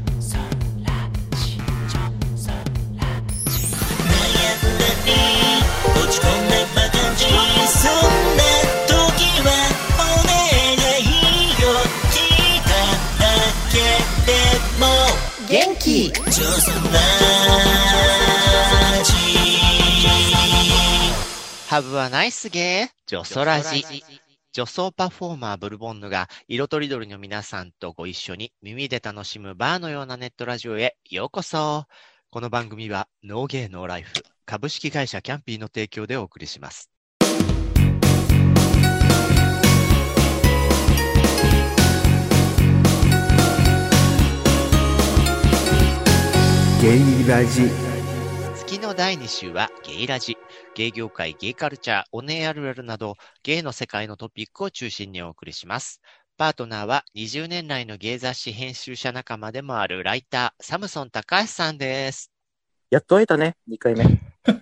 元気 Have a nice day ジョソラジ。女装パフォーマーブルボンヌが色とりどりの皆さんとご一緒に耳で楽しむバーのようなネットラジオへようこそ。この番組はノーゲーノーライフ株式会社キャンピーの提供でお送りします。 ゲイラジ。 月の第2週はゲイラジ。ゲイ業界、ゲイカルチャー、オネエあるあるなど、ゲイの世界のトピックを中心にお送りします。パートナーは20年来のゲイ雑誌編集者仲間でもあるライター、サムソン高橋さんです。 やっと会えたね、2回目。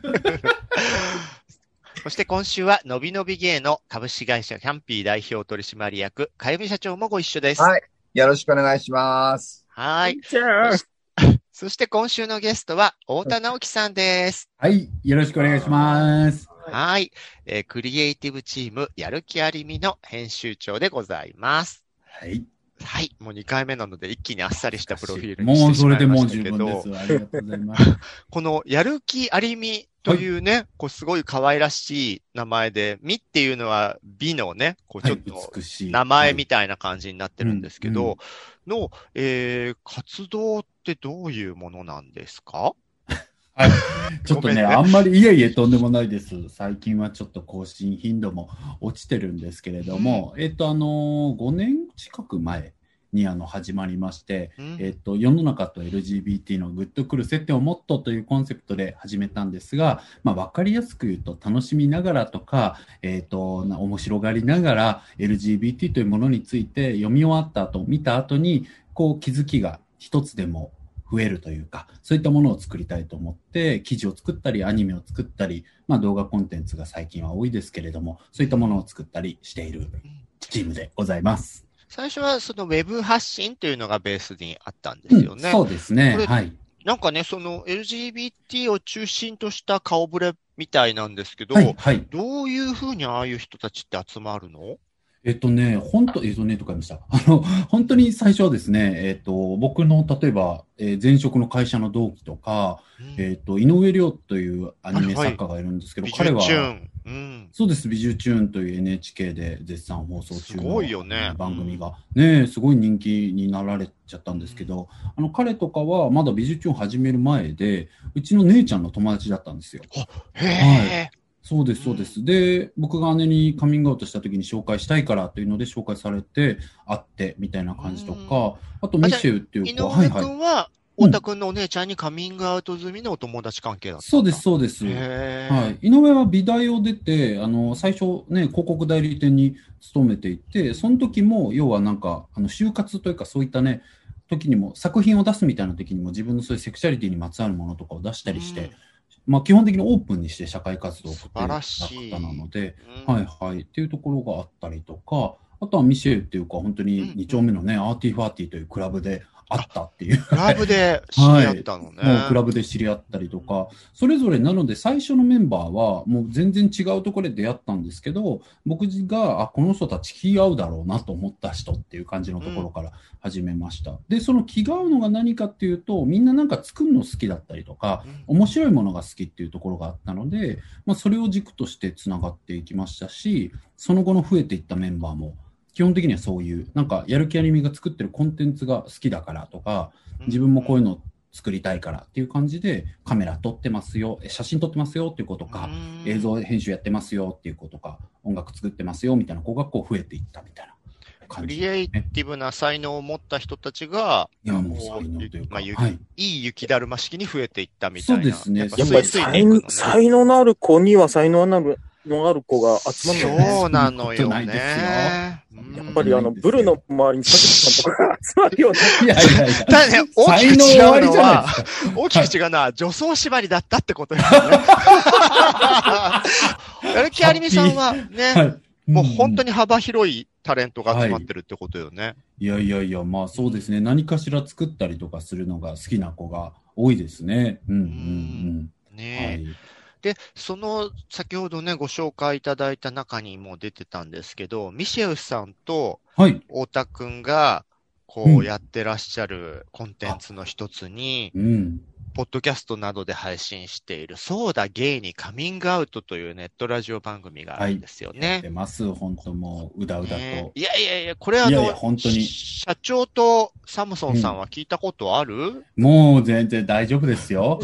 そして今週はのびのびゲイの株式会社キャンピー代表取締役、かゆみ社長もご一緒です。 はい。よろしくお願いします。 はい。そして今週のゲストは太田直樹さんです。 はい。よろしくお願いします。 はい。クリエイティブチームやる気ありみの編集長でございます。 はい。 はい。もう2回目なので一気にあっさりしたプロフィールにしてしまいましたけど。 もうそれでもう十分です。ありがとうございます。 このやる気ありみというね、はい、こうすごい可愛らしい名前で、みっていうのは美のね、こうちょっと名前みたいな感じになってるんですけど、の、活動ってどういうものなんですか？ はい。ちょっとね、あんまりいえいえとんでもないです。最近はちょっと更新頻度も落ちてるんですけれども、5年近く前に始まりまして、世の中と LGBT のグッとくる接点をもっとというコンセプトで始めたんですが、わかりやすく言うと楽しみながらとか、面白がりながら LGBT というものについて読み終わった後、見た後に、こう気づきが一つでも増えるというか、そういったものを作りたいと思って、記事を作ったり、アニメを作ったり、動画コンテンツが最近は多いですけれども、そういったものを作ったりしているチームでございます。 最初はそのウェブ発信というのがベースにあったんですよね。 そうですね。はい。 なんかね、その LGBT を中心とした顔ぶれみたいなんですけど、 はい。 どういうふうにああいう人たちって集まるの？ 本当に最初はですね、僕の例えば、前職の会社の同期とか、井上涼というアニメ作家がいるんですけど、彼は、そうです、ビジュチューンという NHK で絶賛放送中の番組が、すごい人気になられちゃったんですけど、彼とかはまだビジュチューン始める前で、うちの姉ちゃんの友達だったんですよ。 へー。 そうです、そうです。で、僕が姉にカミングアウトした時に紹介したいからというので紹介されて、会ってみたいな感じとか、あとミシェルっていう井上君は、太田君のお姉ちゃんにカミングアウト済みのお友達関係だったんだ。 そうです、そうです。はい。井上は美大を出て、最初ね、広告代理店に勤めていて、その時も、要はなんか、就活というかそういったね、時にも、作品を出すみたいな時にも自分のそういうセクシャリティにまつわるものとかを出したりして、基本的にオープンにして社会活動を送っている方なので、はいはい、っていうところがあったりとか、あとはミシェルっていうか、本当に2丁目のね、アーティファーティーというクラブで会ったっていう。 クラブで知り合ったのね。 もうクラブで知り合ったりとか、それぞれなので最初のメンバーはもう全然違うところで出会ったんですけど、僕が、この人たち気合うだろうなと思った人っていう感じのところから始めました。で、その気が合うのが何かっていうと、みんななんか作るの好きだったりとか、面白いものが好きっていうところがあったので、それを軸としてつながっていきましたし、その後の増えていったメンバーも、基本的にはそういう、なんかやる気ありみが作ってるコンテンツが好きだからとか、自分もこういうの作りたいからっていう感じで、カメラ撮ってますよ、写真撮ってますよっていうことか、映像編集やってますよっていうことか、音楽作ってますよみたいな子がこう増えていったみたいな感じ、 クリエイティブな才能を持った人たちが、 いやもう才能というか、 いい雪だるま式に増えていったみたいな。 そうですね。 やっぱり才能のある子には才能のある子が集まるのね。 そうなのよね。 やっぱりブルの周りにサキさんとかが集まるような。 ただね、大きく違うのは、女装縛りだったってことですよね。やる気ありみさんはね、もう本当に幅広いタレントが集まってるってことよね。 いやいやいや、まあそうですね。何かしら作ったりとかするのが好きな子が多いですね。うんうんうん。 ねえ。 はい。 で、先ほどね、ご紹介いただいた中にも出てたんですけど、ミシェウさんとはい。 太田くんが、 うんやってらっしゃるコンテンツの一つに、 うん。 ポッドキャストなどで配信している、そうだ、ゲイにカミングアウトというネットラジオ番組があるんですよね。 出ます。本当もう、うだうだと。 ね、いやいやいや、これいやいや本当に社長とサムソンさんは聞いたことある？ もう全然大丈夫ですよ。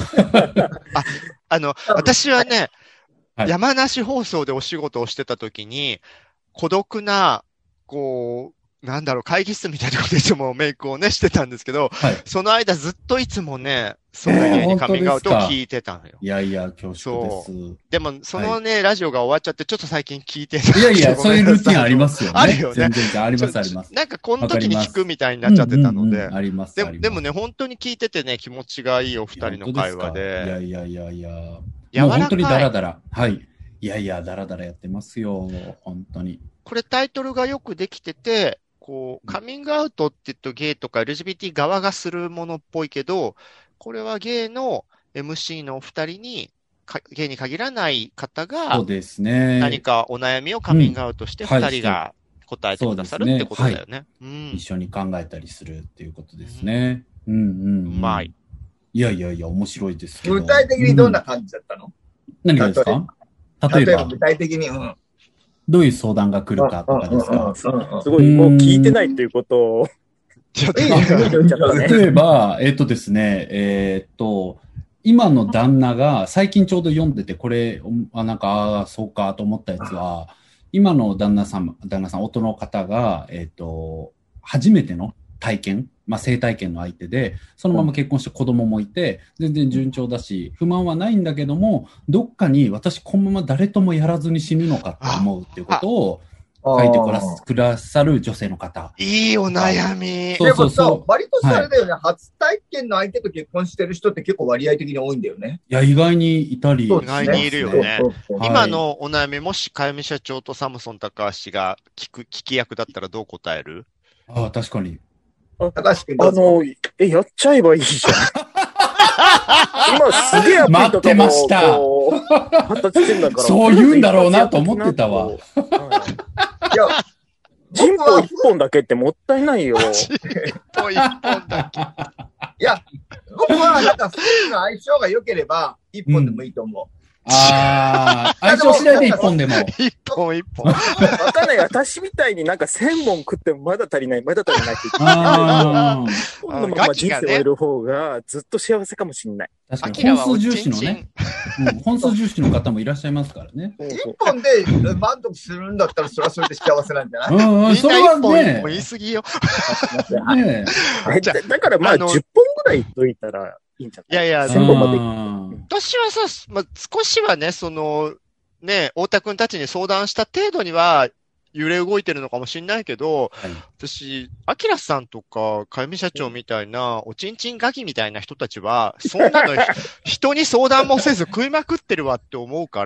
私はね、 はい山梨放送でお仕事をしてた時に、孤独な、会議室みたいなことでいつもメイクをね、してたんですけど、 はい。 その間ずっといつもね、そうだゲイにカミングアウトを聞いてたのよ。 いやいや、恐縮です。 でも、そのね、ラジオが終わっちゃって、ちょっと最近聞いていやいや、そういうルーティンありますよね。 あるよね。 全然ありますあります。 なんかこの時に聞くみたいになっちゃってたので。 あります。 でもね、本当に聞いててね、気持ちがいいお二人の会話で。 いやいやいやいや。 柔らかい。 もう本当にダラダラ。はい。いやいや、ダラダラやってますよ。本当に。 これタイトルがよくできてて、カミングアウトって言うとゲイとか LGBT 側がするものっぽいけど、これはゲイの MC のお二人に、ゲイに限らない方が、 そうですね。 何かお悩みをカミングアウトして二人が答えてくださるってことだよね。 一緒に考えたりするっていうことですね。うんうん。 うまい。 いやいやいや、面白いですけど。 具体的にどんな感じだったの？ 何がですか？ 例えば具体的に、 どういう相談が来るかとかですか？ すごい、もう聞いてないっていうことを。 例えば、ですね、今の旦那が、最近ちょうど読んでて、これ、そうかと思ったやつは、今の旦那さん、夫の方が、初めての体験、性体験の相手で、そのまま結婚して子供もいて、全然順調だし、不満はないんだけども、どっかに私このまま誰ともやらずに死ぬのかって思うっていうことを書いてくださる女性の方。 いいお悩み。 でもさ、割とあれだよね、初体験の相手と結婚してる人って結構割合的に多いんだよね。 いや、意外にいたり。 意外にいるよね。今のお悩み、もし、かゆみ社長とサムソン高橋が聞き役だったらどう答える？ ああ、確かに。 高橋君どうぞ。 やっちゃえばいいじゃん。今すげえ待ってました。そう言うんだろうなと思ってたわ。 いや、人歩一本だけってもったいないよ。 人歩一本だけ。 いや、僕はなんか2人の相性が良ければ一本でもいいと思う。 ああ、相性次第で一本でも。 一本。わかんない。私みたいになんか1000本食ってもまだ足りないって言って。このまま人生を終える方がずっと幸せかもしれない。 確かに本数重視のね。本数重視の方もいらっしゃいますからね。 一本で満足するんだったらそれはそれで幸せなんじゃない？ それはね。 言い過ぎよ。 だから10本ぐらいといたらいいんじゃない？ いやいや、 1000本まで。 私はさ、少しはね、太田くんたちに相談した程度には揺れ動いてるのかもしれないけど、私、アキラさんとか、かゆみ社長みたいな、おちんちんガキみたいな人たちは、そんなの人に相談もせず食いまくってるわって思うから、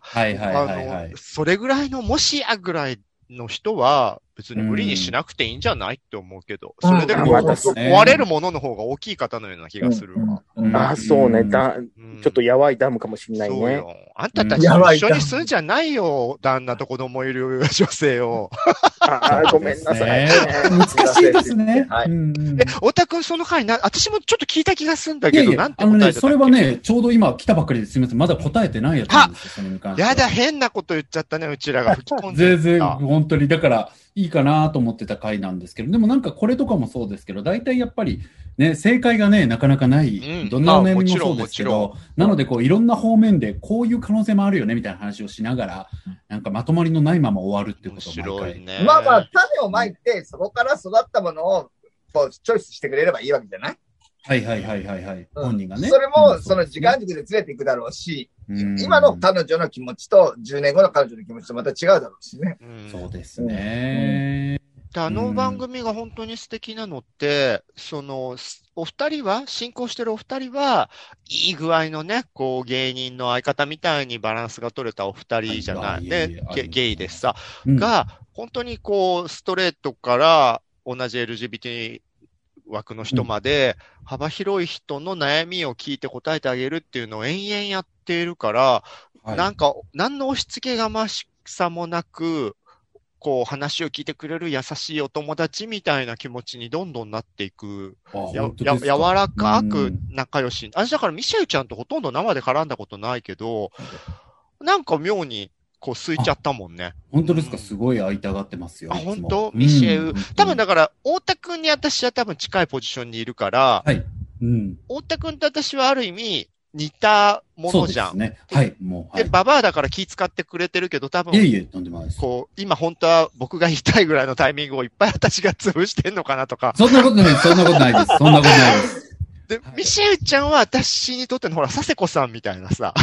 それぐらいのもしやぐらいの人は、別に無理にしなくていいんじゃないって思うけど、それで壊れるものの方が大きい方のような気がするわ。 そうね。ちょっとやばいダムかもしれないね。そうよ。あんたたち一緒にするんじゃないよ。旦那と子供いる女性を。 ごめんなさい。 難しいですね。 太田くんその回私もちょっと聞いた気がするんだけど、なんて答えてたっけ？ それはね、ちょうど今来たばっかりですみません。まだ答えてないやつなんですよ、それに関しては。 やだ、変なこと言っちゃったね、うちらが吹き込んで。 全然、本当に。だから、いいかなと思ってた回なんですけど、でもなんかこれとかもそうですけど、大体やっぱりね、正解がね、なかなかない。どんなお悩みもそうですけど、なのでいろんな方面でこういう可能性もあるよねみたいな話をしながら、なんかまとまりのないまま終わるってことを毎回。 ね。 種をまいて、そこから育ったものをチョイスしてくれればいいわけじゃない？ 本人がね。 それも、その時間軸でずれていくだろうし、今の彼女の気持ちと10年後の彼女の気持ちとまた違うだろうしね。 そうですね。 あの番組が本当に素敵なのって、お二人は、進行してるお二人は、いい具合のね、芸人の相方みたいにバランスが取れたお二人じゃない。で、ゲイでさ、が、 本当にこう、ストレートから同じ LGBT 枠の人まで、幅広い人の悩みを聞いて答えてあげるっていうのを延々やっているから、 はい、 なんか、何の押し付けがましさもなく、こう話を聞いてくれる優しいお友達みたいな気持ちにどんどんなっていく。柔らかく仲良し。私だからミシェルちゃんとほとんど生で絡んだことないけど、なんか妙にこう空いちゃったもんね。 本当ですか、すごい会いたがってますよ。 本当ミシェル。多分だから、太田くんに私は多分近いポジションにいるから、 はい。 太田くんと私はある意味、似たものじゃん。 そうですね。はい、もう。 で、ババアだから気使ってくれてるけど、多分。 とんでもないです。 こう、今本当は僕が言いたいぐらいのタイミングをいっぱい私が潰してんのかなとか。 そんなことないです。そんなことないです。そんなことないです。 で、ミシェルちゃんは私にとってのほら、佐世子さんみたいなさ。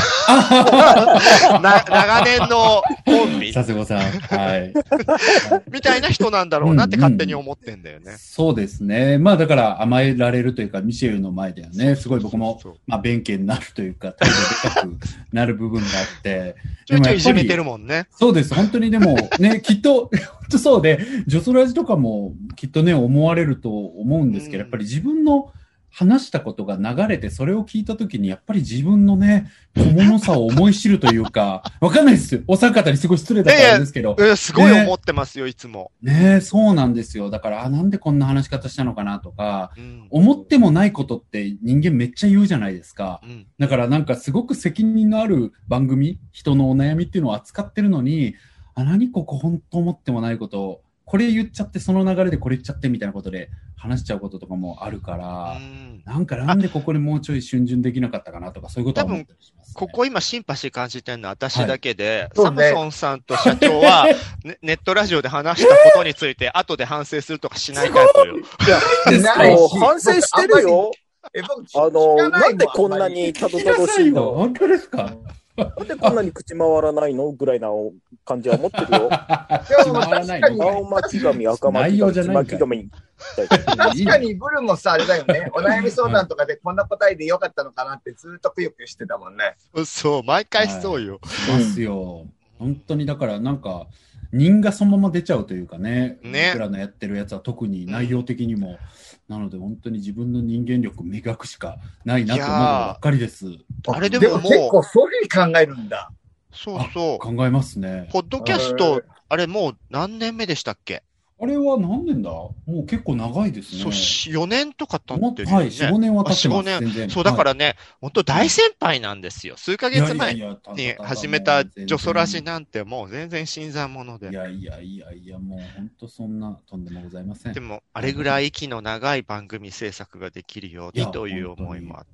長年のコンビ。 佐世子さん。はい。 みたいな人なんだろうなって勝手に思ってんだよね。 そうですね。まあだから甘えられるというか、ミシェルの前ではね、すごい僕も、まあ弁慶になるというか、態度でかくなる部分があって。 ちょいちょいいじめてるもんね。 そうです。本当にでもね、きっと、本当そうで、ジョソラジとかもきっとね、思われると思うんですけど、やっぱり自分の話したことが流れて、それを聞いたときに、やっぱり自分のね、小物さを思い知るというか、わかんないですよ。お三方にすごい失礼だったんですけど。 すごい思ってますよ、いつも。 ね、そうなんですよ。だから、なんでこんな話し方したのかなとか、思ってもないことって人間めっちゃ言うじゃないですか。だからなんかすごく責任のある番組、人のお悩みっていうのを扱ってるのに、何ここ本当思ってもないことを、これ言っちゃって、その流れでこれ言っちゃってみたいなことで話しちゃうこととかもあるから、なんでここでもうちょい逡巡できなかったかなとか、そういうことは思ったりします、ね。 ここ今シンパシー感じてるのは私だけで、サムソンさんと社長は、ネットラジオで話したことについて後で反省するとかしないタイプよ。 いや、反省してるよ。なんでこんなにたどたどしいの？ 本当ですか？ なんでこんなに口回らないのぐらいな感じは持ってるよ。 口回らないの。 青巻紙、赤巻紙、内巻紙。 確かにブルもさ、あれだよね。お悩み相談とかでこんな答えでよかったのかなってずっとくよくよしてたもんね。 そう、毎回そうよ。 しますよ。本当にだからなんか、人がそのまま出ちゃうというかね。僕らのやってるやつは特に内容的にも。なので本当に自分の人間力磨くしかないなと思うばっかりです。 あれでももう結構そういうふうに考えるんだ。 そうそう。 考えますね。 ポッドキャスト、あれもう何年目でしたっけ？ あれは何年だ？もう結構長いですね。 そう、4年とか経ってるよね。 はい、4、5年は経ってます。 4、5年。そう、だからね、本当大先輩なんですよ。数ヶ月前に始めたジョソラジなんてもう全然新参者で。 いや、もう本当そんなとんでもございません。 でも、あれぐらい息の長い番組制作ができるよという思いもあって。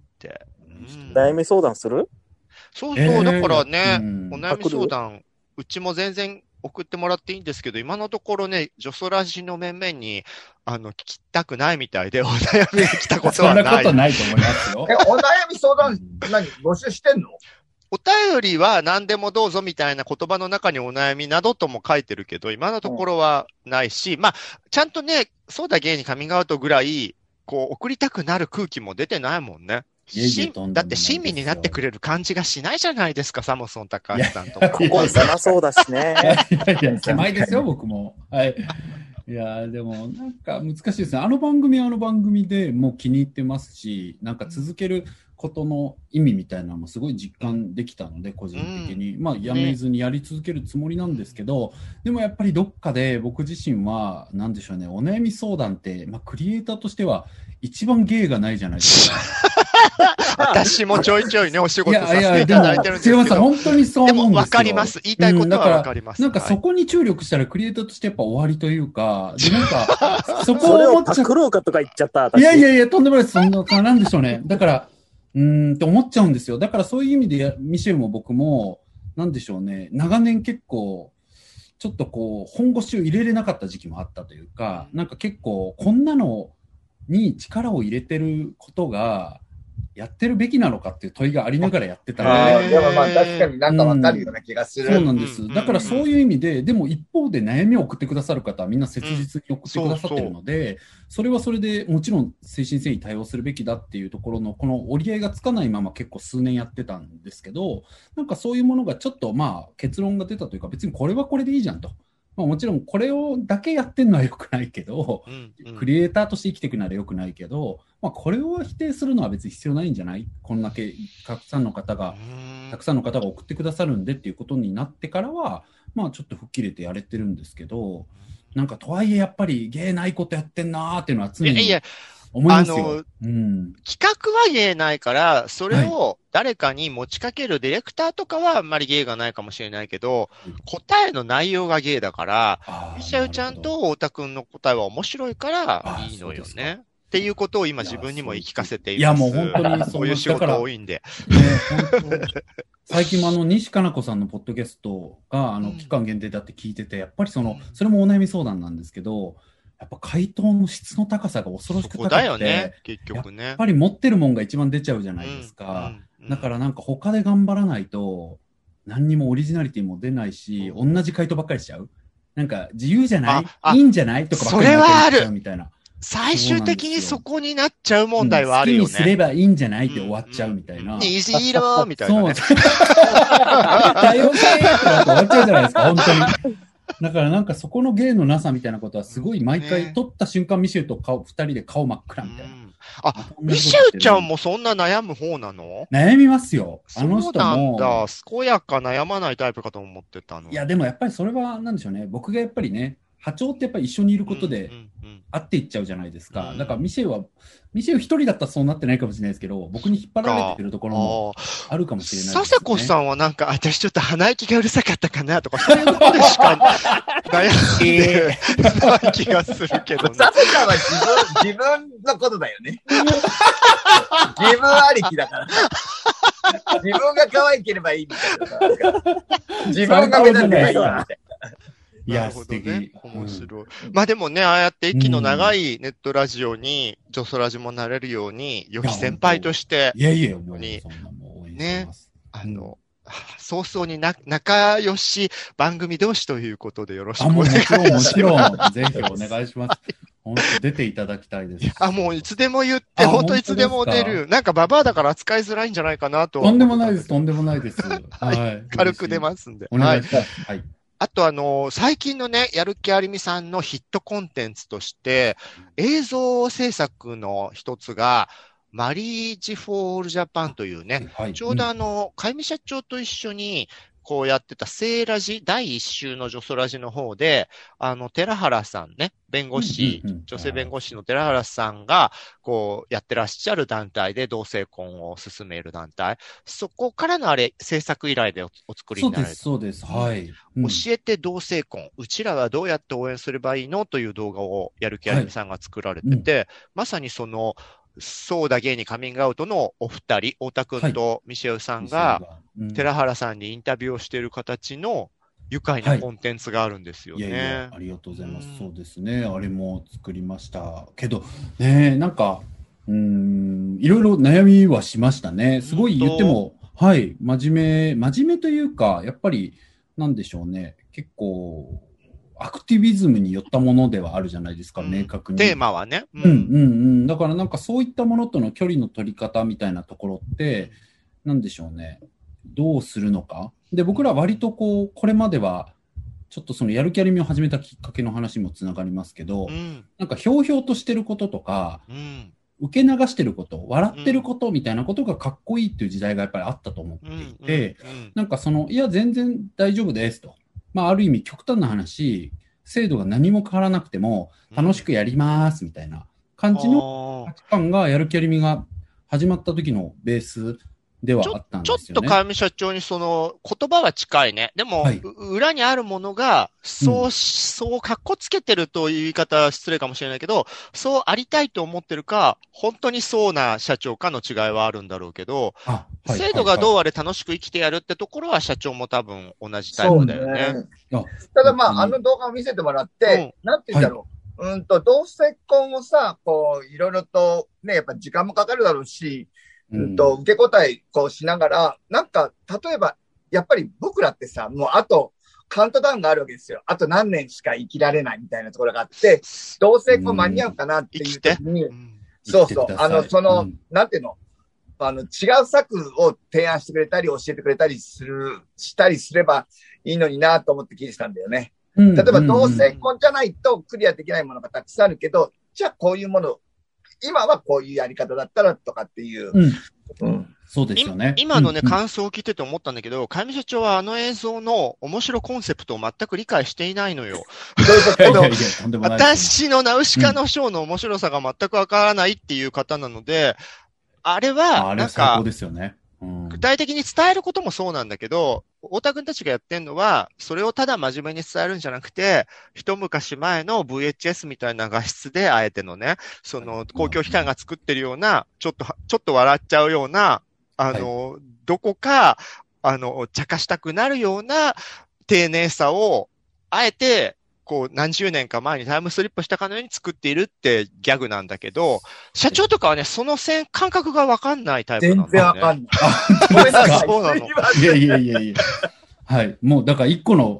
悩み相談する？ そうそう、だからね、お悩み相談、うちも全然送ってもらっていいんですけど、今のところね、ジョソラジの面々に、聞きたくないみたいで、お悩みが来たことはない。 そんなことないと思いますよ。 お悩み相談、募集してんの？ お便りは何でもどうぞみたいな言葉の中にお悩みなどとも書いてるけど、今のところはないし、まあ、ちゃんとね、そうだゲイにカミングアウトぐらい、こう、送りたくなる空気も出てないもんね。だって親身になってくれる感じがしないじゃないですか、サムソン高橋さんとか。 ここ狭そうだしね。 いや、狭いですよ、僕も。はい。いや、でも、なんか難しいですね。あの番組でもう気に入ってますし、なんか続けることの意味みたいなのもすごい実感できたので、個人的に。まあ、やめずにやり続けるつもりなんですけど、でもやっぱりどっかで僕自身は、なんでしょうね、お悩み相談って、まあ、クリエイターとしては一番芸がないじゃないですか。 私もちょいちょいね、お仕事させていただいてるんですけど。 本当にそう思うんですよ。 でも分かります。言いたいことは分かります。 なんかそこに注力したらクリエイターとしてやっぱ終わりというか、でなんか、そこを思っちゃう。パクろうかとか言っちゃった。 いや、とんでもないです。そんな、なんでしょうね。だから、って思っちゃうんですよ。だからそういう意味で、ミシェルも僕も、なんでしょうね。長年結構、ちょっとこう、本腰を入れれなかった時期もあったというか、なんか結構、こんなのに力を入れてることが、やってるべきなのかっていう問いがありながらやってたので。 でもまあ確かになんかわかるような気がする。 そうなんです。だからそういう意味で、でも一方で悩みを送ってくださる方はみんな切実に送ってくださってるので、それはそれでもちろん誠心誠意対応するべきだっていうところのこの折り合いがつかないまま結構数年やってたんですけど、なんかそういうものがちょっとまあ結論が出たというか別にこれはこれでいいじゃんと。 まあもちろんこれをだけやってんのは良くないけど、クリエイターとして生きていくなら良くないけど、まあこれを否定するのは別に必要ないんじゃない？こんだけたくさんの方が送ってくださるんでっていうことになってからは、まあちょっと吹っ切れてやれてるんですけど、なんかとはいえやっぱり芸ないことやってんなーっていうのは常に思いますよ。 企画は芸ないから、それを誰かに持ちかけるディレクターとかはあんまり芸がないかもしれないけど、答えの内容が芸だから、ミシェルちゃんと太田くんの答えは面白いからいいのよね。っていうことを今自分にも言い聞かせています。 いやもう本当にそういう仕事多いんで。 最近も西加奈子さんのポッドキャストが期間限定だって聞いてて、やっぱりそれもお悩み相談なんですけど、やっぱ回答の質の高さが恐ろしく高くて、 だよね、結局ね。 やっぱり持ってるもんが一番出ちゃうじゃないですか。だからなんか他で頑張らないと、何にもオリジナリティも出ないし、同じ回答ばっかりしちゃう。なんか自由じゃないいいんじゃないとかばっかりなっちゃうみたいな。 最終的にそこになっちゃう問題はあるよね。 好きにすればいいんじゃないって終わっちゃうみたいな。 虹色みたいな、ね。 そう。多様性って終わっちゃうじゃないですか、本当に。だからなんかそこの芸のなさみたいなことはすごい毎回撮った瞬間ミシェルと二人で顔真っ暗みたいな。 ミシェルちゃんもそんな悩む方なの？ 悩みますよ。あの人も。 そうなんだ。健やか悩まないタイプかと思ってたの。 いやでもやっぱりそれはなんでしょうね。僕がやっぱりね、波長ってやっぱり一緒にいることで合っていっちゃうじゃないですか。だからミシェル一人だったらそうなってないかもしれないですけど、僕に引っ張られてるところもあるかもしれないですね。 佐世子さんはなんか、私ちょっと鼻息がうるさかったかなとか、そういうことでしか悩んでない気がするけどね。 佐世さんは自分のことだよね。自分ありきだから。自分が可愛ければいいみたいな。自分が目立てばいいみたいな。 いや、素敵。 面白い。まあでもね、ああやって息の長いネットラジオに、ジョソラジもなれるように、良き先輩として、 もうね、 早 々に仲良し番組同士ということでよろしくお願いします。 もちろん、ぜひお願いします。本当出ていただきたいです。 もういつでも言って、本当いつでも出る。なんかババアだから扱いづらいんじゃないかなと。 とんでもないです、とんでもないです。 はい。軽く出ますんで。 お願いします。はい。 あと最近のね、やる気ありみさんのヒットコンテンツとして、映像制作の一つが、マリージ・フォール・ジャパンというね、ちょうどかゆみ社長と一緒に、こうやってた聖ラジ、第一週のジョソラジの方で、寺原さんね、弁護士、女性弁護士の寺原さんが、こう、やってらっしゃる団体で同性婚を進める団体。そこからの制作依頼でお作りになられた。 そうです。はい。 教えて同性婚。うちらはどうやって応援すればいいのという動画をやる気ありみさんが作られてて、まさにそうだゲイにカミングアウトのお二人、太田くんとミシェルさんが、寺原さんにインタビューをしている形の愉快なコンテンツがあるんですよね。 ありがとうございます。そうですね。あれも作りました。けど、ね、なんか、いろいろ悩みはしましたね。すごい言っても、はい、真面目というか、やっぱり、なんでしょうね。結構、アクティビズムによったものではあるじゃないですか、明確に。 テーマはね。 だからなんかそういったものとの距離の取り方みたいなところって、なんでしょうね。どうするのか。で、僕ら割とこれまでは、ちょっとそのやる気ありみを始めたきっかけの話もつながりますけど、なんかひょうひょうとしてることとか、受け流してること、笑ってることみたいなことがかっこいいっていう時代がやっぱりあったと思っていて、なんかいや、全然大丈夫ですと。まあ、ある意味極端な話、制度が何も変わらなくても楽しくやりますみたいな感じの価値観がやる気ありみが始まった時のベースではあったんですよね。 ちょっとかゆみ社長に言葉は近いね。でも、裏にあるものが、そう格好つけてるという言い方は失礼かもしれないけど、そうありたいと思ってるか、本当にそうな社長かの違いはあるんだろうけど、制度がどうあれ楽しく生きてやるってところは社長も多分同じタイプだよね。 ただまあ、動画を見せてもらって、なんて言うんだろう。同性婚をさ、いろいろとね、やっぱ時間もかかるだろうし、受け答えしながら、なんか、例えば、やっぱり僕らってさ、もうあと、カウントダウンがあるわけですよ。あと何年しか生きられないみたいなところがあって、同性婚間に合うかなっていう時に、そうそう、なんていうの、違う策を提案してくれたり、教えてくれたりしたりすればいいのになと思って聞いてたんだよね。 例えば同性婚じゃないとクリアできないものがたくさんあるけど、じゃあこういうもの、今はこういうやり方だったらとかっていう。 そうですよね。 今のね、感想を聞いてて思ったんだけど、かゆみ社長はあの映像の面白コンセプトを全く理解していないのよ。私のナウシカのショーの面白さが全くわからないっていう方なので、あれは、なんか、具体的に伝えることもそうなんだけど、太田くんたちがやってんのは、それをただ真面目に伝えるんじゃなくて、一昔前の VHS みたいな画質で、あえてのね、その公共機関が作ってるような、ちょっと笑っちゃうような、どこか、茶化したくなるような丁寧さを、あえて、こう、何十年か前にタイムスリップしたかのように作っているってギャグなんだけど、社長とかはね、その感覚がわかんないタイプなんだよね。 全然わかんない。ごめんなさい。 そうなの。 いや。はい。もう、だから一個の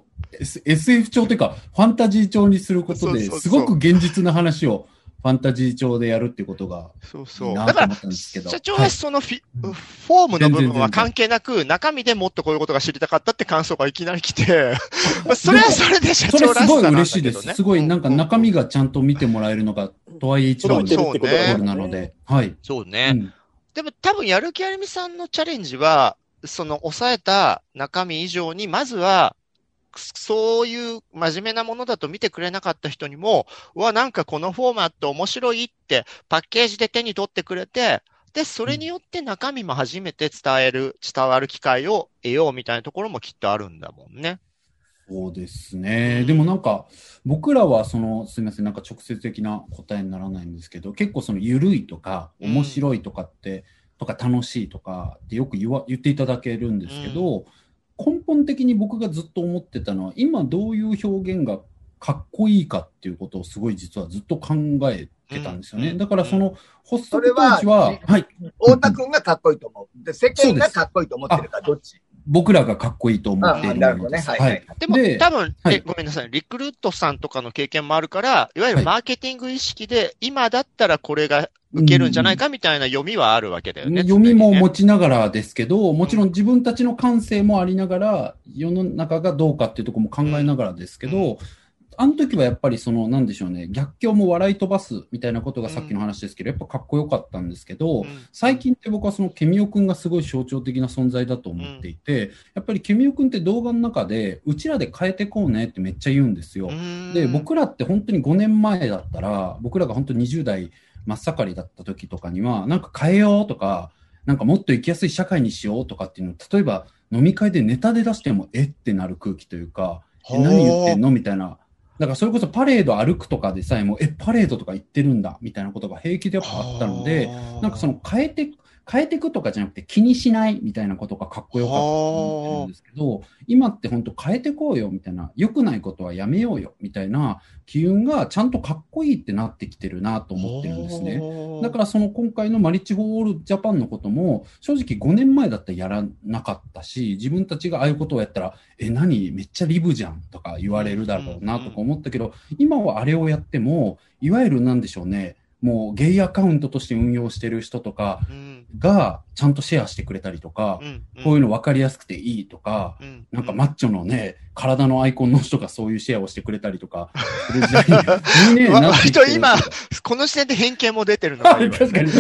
SF 調というか、ファンタジー調にすることで、すごく現実な話をファンタジー調でやるっていうことが、いいなと思ったんですけど。 社長はそのフォームの部分は関係なく、中身でもっとこういうことが知りたかったって感想がいきなり来て、それはそれで社長らしさなんだけどね。 それすごい嬉しいです。すごいなんか中身がちゃんと見てもらえるのが、とはいえ一番のところなので。はい。 そうね。でも多分やる気ありみさんのチャレンジは、その抑えた中身以上に、まずは、そういう真面目なものだと見てくれなかった人にも、なんかこのフォーマット面白いってパッケージで手に取ってくれて、で、それによって中身も初めて伝わる機会を得ようみたいなところもきっとあるんだもんね。 そうですね。でもなんか、僕らはすみません、なんか直接的な答えにならないんですけど、結構緩いとか、面白いとかって、とか楽しいとかってよく言っていただけるんですけど、根本的に僕がずっと思ってたのは、今どういう表現がかっこいいかっていうことをすごい実はずっと考えてたんですよね。だから発足当時は、 はい。太田くんがかっこいいと思う。で、世間がかっこいいと思ってるか、どっち？ 僕らがかっこいいと思っている。 なるほどね。はい。 でも多分、ごめんなさい。リクルートさんとかの経験もあるから、いわゆるマーケティング意識で、今だったらこれが受けるんじゃないかみたいな読みはあるわけだよね。 読みも持ちながらですけど、もちろん自分たちの感性もありながら、世の中がどうかっていうところも考えながらですけど、あの時はやっぱりなんでしょうね、逆境も笑い飛ばすみたいなことがさっきの話ですけど、やっぱかっこよかったんですけど、最近って僕はケミオくんがすごい象徴的な存在だと思っていて、やっぱりケミオくんって動画の中で、うちらで変えてこうねってめっちゃ言うんですよ。で、僕らって本当に5年前だったら、僕らが本当に20代真っ盛りだった時とかには、なんか変えようとか、なんかもっと生きやすい社会にしようとかっていうのを、例えば飲み会でネタで出してもってなる空気というか、何言ってんのみたいな。だからそれこそパレード歩くとかでさえも、パレードとか行ってるんだみたいなことが平気でやっぱあったので、なんか変えていくとかじゃなくて気にしないみたいなことがかっこよかったと思ってるんですけど、今って本当変えてこうよみたいな、良くないことはやめようよみたいな機運がちゃんとかっこいいってなってきてるなと思ってるんですね。だから今回のマリッジホールジャパンのことも正直5年前だったらやらなかったし、自分たちがああいうことをやったら、何めっちゃリブじゃんとか言われるだろうなとか思ったけど、今はあれをやっても、いわゆるなんでしょうね、もうゲイアカウントとして運用してる人とかがちゃんとシェアしてくれたりとか、こういうの分かりやすくていいとか、なんかマッチョのね、体のアイコンの人がそういうシェアをしてくれたりとか、する時代にね、なってきてる。 今、この視点で偏見も出てるのか確かに。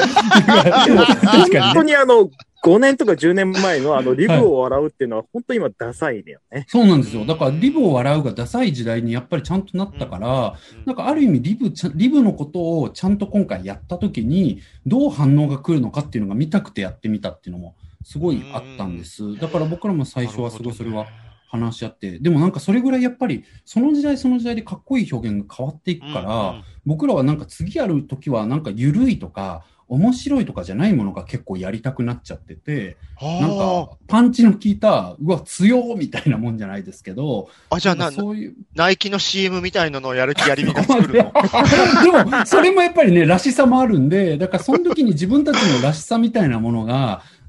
本当に5年とか10年前のリブを笑うっていうのは本当に今ダサいだよね。 そうなんですよ。だからリブを笑うがダサい時代にやっぱりちゃんとなったから、なんかある意味リブのことをちゃんと今回やった時にどう反応が来るのかっていうのが見たくてやってみたっていうのもすごいあったんです。だから僕らも最初はすごいそれは話し合って、でもなんかそれぐらいやっぱりその時代その時代でかっこいい表現が変わっていくから、僕らはなんか次やる時はなんか緩いとか面白いとかじゃないものが結構やりたくなっちゃってて、なんかパンチの効いた、強みたいなもんじゃないですけど、 じゃあそういう、ナイキの CM みたいなのをやみが作るのでも、それもやっぱりね、らしさもあるんで、だからその時に自分たちのらしさみたいなものが、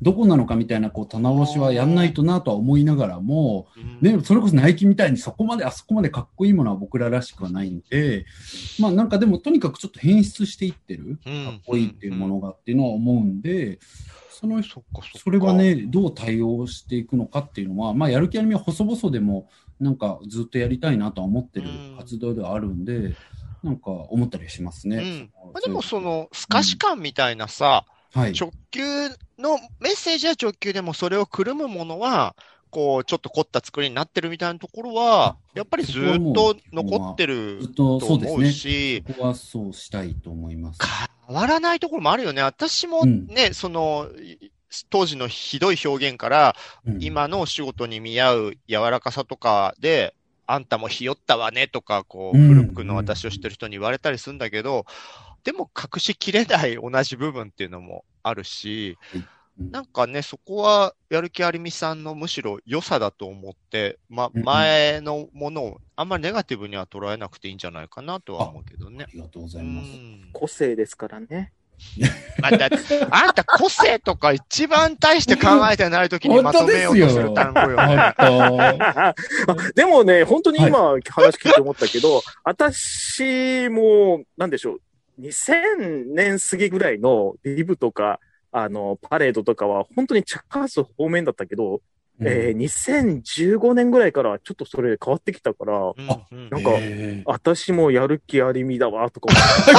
どこなのかみたいな、こう、棚卸しはやんないとなとは思いながらも、ね、それこそナイキみたいにあそこまでかっこいいものは僕ららしくはないんで、まあなんかでもとにかくちょっと変質していってる、かっこいいっていうものがっていうのは思うんで、それはね、どう対応していくのかっていうのは、まあやる気ありみは細々でも、なんかずっとやりたいなとは思ってる活動ではあるんで、なんか思ったりしますね。 でもその、透かし感みたいなさ、直球の、メッセージは直球でもそれをくるむものは、こう、ちょっと凝った作りになってるみたいなところは、やっぱりずっと残ってると思うし、 そこはそうしたいと思います。 変わらないところもあるよね。私もね、その、当時のひどい表現から、今のお仕事に見合う柔らかさとかで、あんたもひよったわねとか、こう、古くの私を知ってる人に言われたりするんだけど、でも隠しきれない同じ部分っていうのもあるし、なんかね、そこは、やる気ありみさんのむしろ良さだと思って、前のものをあんまりネガティブには捉えなくていいんじゃないかなとは思うけどね。 ありがとうございます。 個性ですからね。 あんた個性とか一番大して考えてないときにまとめようとする単語よね。 でもね、本当に今話聞いて思ったけど、私も、なんでしょう、2000年過ぎぐらいのリブとか、パレードとかは本当に茶化す方面だったけど、2015年ぐらいからちょっとそれ変わってきたから、なんか、私もやる気ありみだわ、とか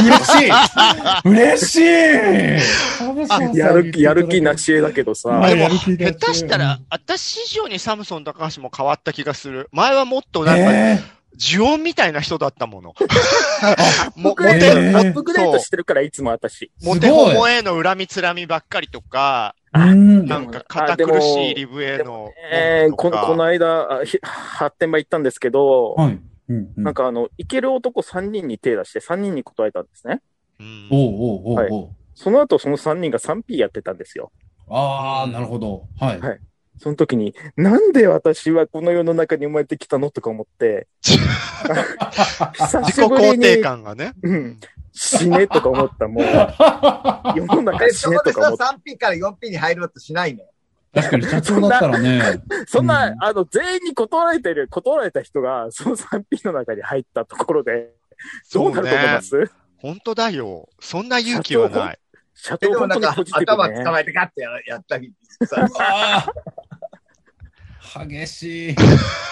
嬉しいやる気なしえだけどさ。 でも、下手したら、私以上にサムソン高橋も変わった気がする。前はもっとなんか、呪音みたいな人だったもの。 アップグレードしてるから、いつも私。 モテホモへの恨みつらみばっかりとか、なんか堅苦しいリブへの。 この間、発展場行ったんですけど、なんか行ける男3人に手出して3人に答えたんですね。その後その3人が 3P やってたんですよ。 ああ、なるほど。はい。 その時に、なんで私はこの世の中に生まれてきたのとか思って、 自己肯定感がね。 死ねとか思った、もう。世の中死ねとか思った。 3P から 4P に入ろうとしないの。 確かに社長だったらね。 そんな、全員に断られた人が、その 3P の中に入ったところで、どうなると思います？ 本当だよ。そんな勇気はない。 社長本当にポジティブね。 頭捕まえてガッてやったり激しい。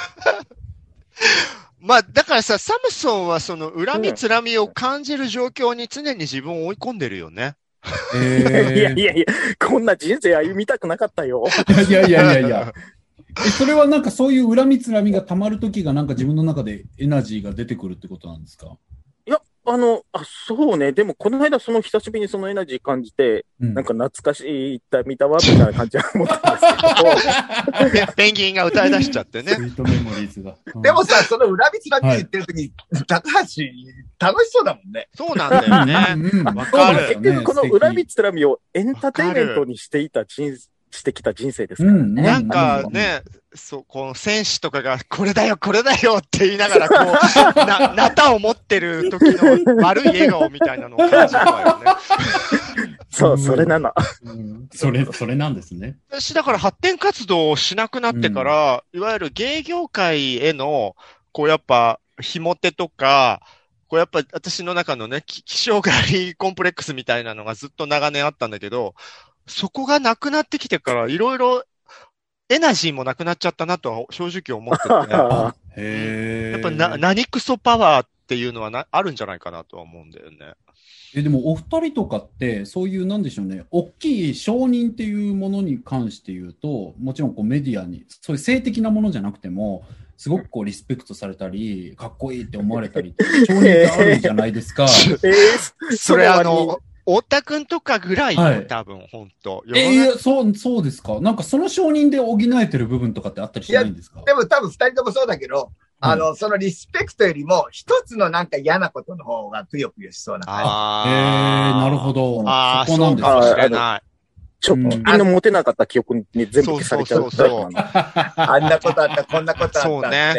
まあ、だからさ、サムソンはその恨みつらみを感じる状況に常に自分を追い込んでるよね。 いや、こんな人生歩みたくなかったよ。 いや。それはなんかそういう恨みつらみが溜まるときがなんか自分の中でエナジーが出てくるってことなんですか？ いや、そうね。でも、この間、久しぶりにそのエナジー感じて、なんか懐かしい見たわ、みたいな感じは思ったんですけど。 ペンギンが歌い出しちゃってね。 スイートメモリーズが。 でもさ、その恨みつらみ言ってるときに、高橋、楽しそうだもんね。 そうなんだよね。わかる。 結局、この恨みつらみをエンターテインメントにしてきた人生ですからね。 なんかね、この戦士とかが、これだよって言いながら、こう、なたを持ってる時の悪い笑顔みたいなのを感じるわよね。 そう、それなの。 それなんですね。 私、だから発展活動をしなくなってから、いわゆる芸業界への、こうやっぱ、ひも手とか、こうやっぱ私の中のね、気象狩りコンプレックスみたいなのがずっと長年あったんだけど、そこがなくなってきてから、いろいろエナジーもなくなっちゃったなとは正直思ってて、やっぱ何クソパワーっていうのはあるんじゃないかなとは思うんだよね。 でもお二人とかってそういうなんでしょうね、大きい承認っていうものに関して言うと、もちろんこうメディアにそういう性的なものじゃなくてもすごくこうリスペクトされたりかっこいいって思われたり承認があるじゃないですか。 それ太田くんとかぐらいよ、多分、本当。 そうですか。なんかその承認で補えてる部分とかってあったりしないんですか？ でも多分二人ともそうだけど、そのリスペクトよりも一つのなんか嫌なことの方がぷよぷよしそうな感じ。なるほど。 そこなんですかもしれない。 直近の持てなかった記憶に全部消されちゃう。 あんなことあった、こんなことあったって。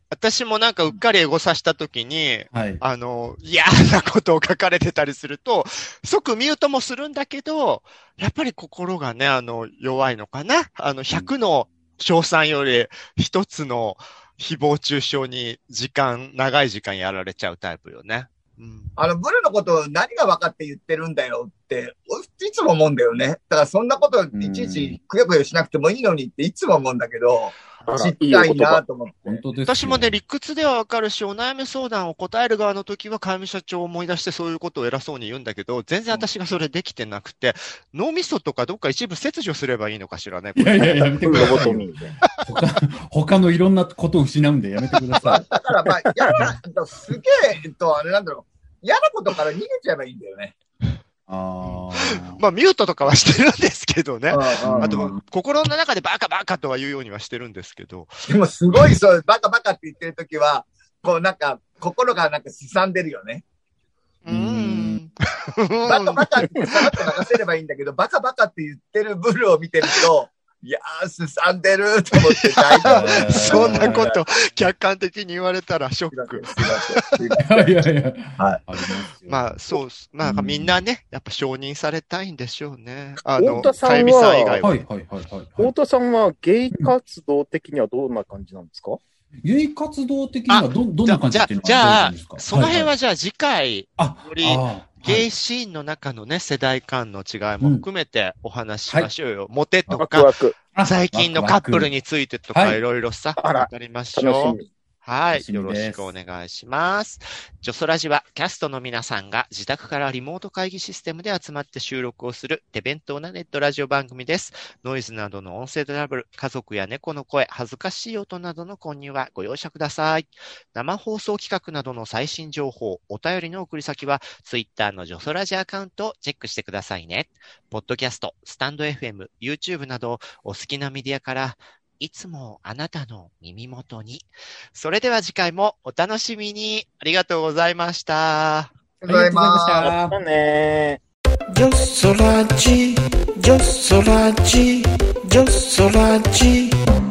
私もなんかうっかりエゴサしたときに、 はい。 嫌なことを書かれてたりすると、即ミュートもするんだけど、やっぱり心がね、弱いのかな。100の賞賛より1つの誹謗中傷に長い時間やられちゃうタイプよね。うん、 ブルのこと何が分かって言ってるんだよって、いつも思うんだよね。だからそんなこといちいちくよくよしなくてもいいのにっていつも思うんだけど、知りたいなと思って。 本当ですね。 私もね、理屈ではわかるし、お悩み相談を答える側の時は、かゆみ社長を思い出してそういうことを偉そうに言うんだけど、全然私がそれできてなくて、脳みそとかどっか一部切除すればいいのかしらね。 いや、やめてください。他のいろんなことを失うんでやめてください。 だからまあ、すげえ、あれなんだろう。嫌なことから逃げちゃえばいいんだよね。 まあ、ミュートとかはしてるんですけどね。あと、心の中でバカバカとは言うようにはしてるんですけど。 でもすごいバカバカって言ってるときは、こうなんか、心がなんかすさんでるよね。バカバカってさらっと流せればいいんだけど、バカバカって言ってるブルを見てると、いやー、すさんでると思って大丈夫。 そんなこと客観的に言われたらショック。 いや。 はい。 まあ、そう、まあ、みんなね、やっぱ承認されたいんでしょうね。 太田さんは、太田さんはゲイ活動的にはどんな感じなんですか？ ゲイ活動的にはどんな感じっていうのじゃあ、その辺はじゃあ次回、より、ゲイシーンの中のね、世代間の違いも含めてお話ししましょうよ。モテとか、最近のカップルについてとかいろいろさ、わかりましょう。はい。よろしくお願いします。ジョソラジはキャストの皆さんが自宅からリモート会議システムで集まって収録をする手弁当なネットラジオ番組です。ノイズなどの音声トラブル、家族や猫の声、恥ずかしい音などの混入はご容赦ください。生放送企画などの最新情報、お便りの送り先は Twitter のジョソラジアカウントをチェックしてくださいね。ポッドキャスト、スタンド FM、YouTube などお好きなメディアからいつもあなたの耳元に。それでは次回もお楽しみに。ありがとうございました。 ありがとうございました。 またね。 ジョソラジ、ジョソラジ、ジョソラジ。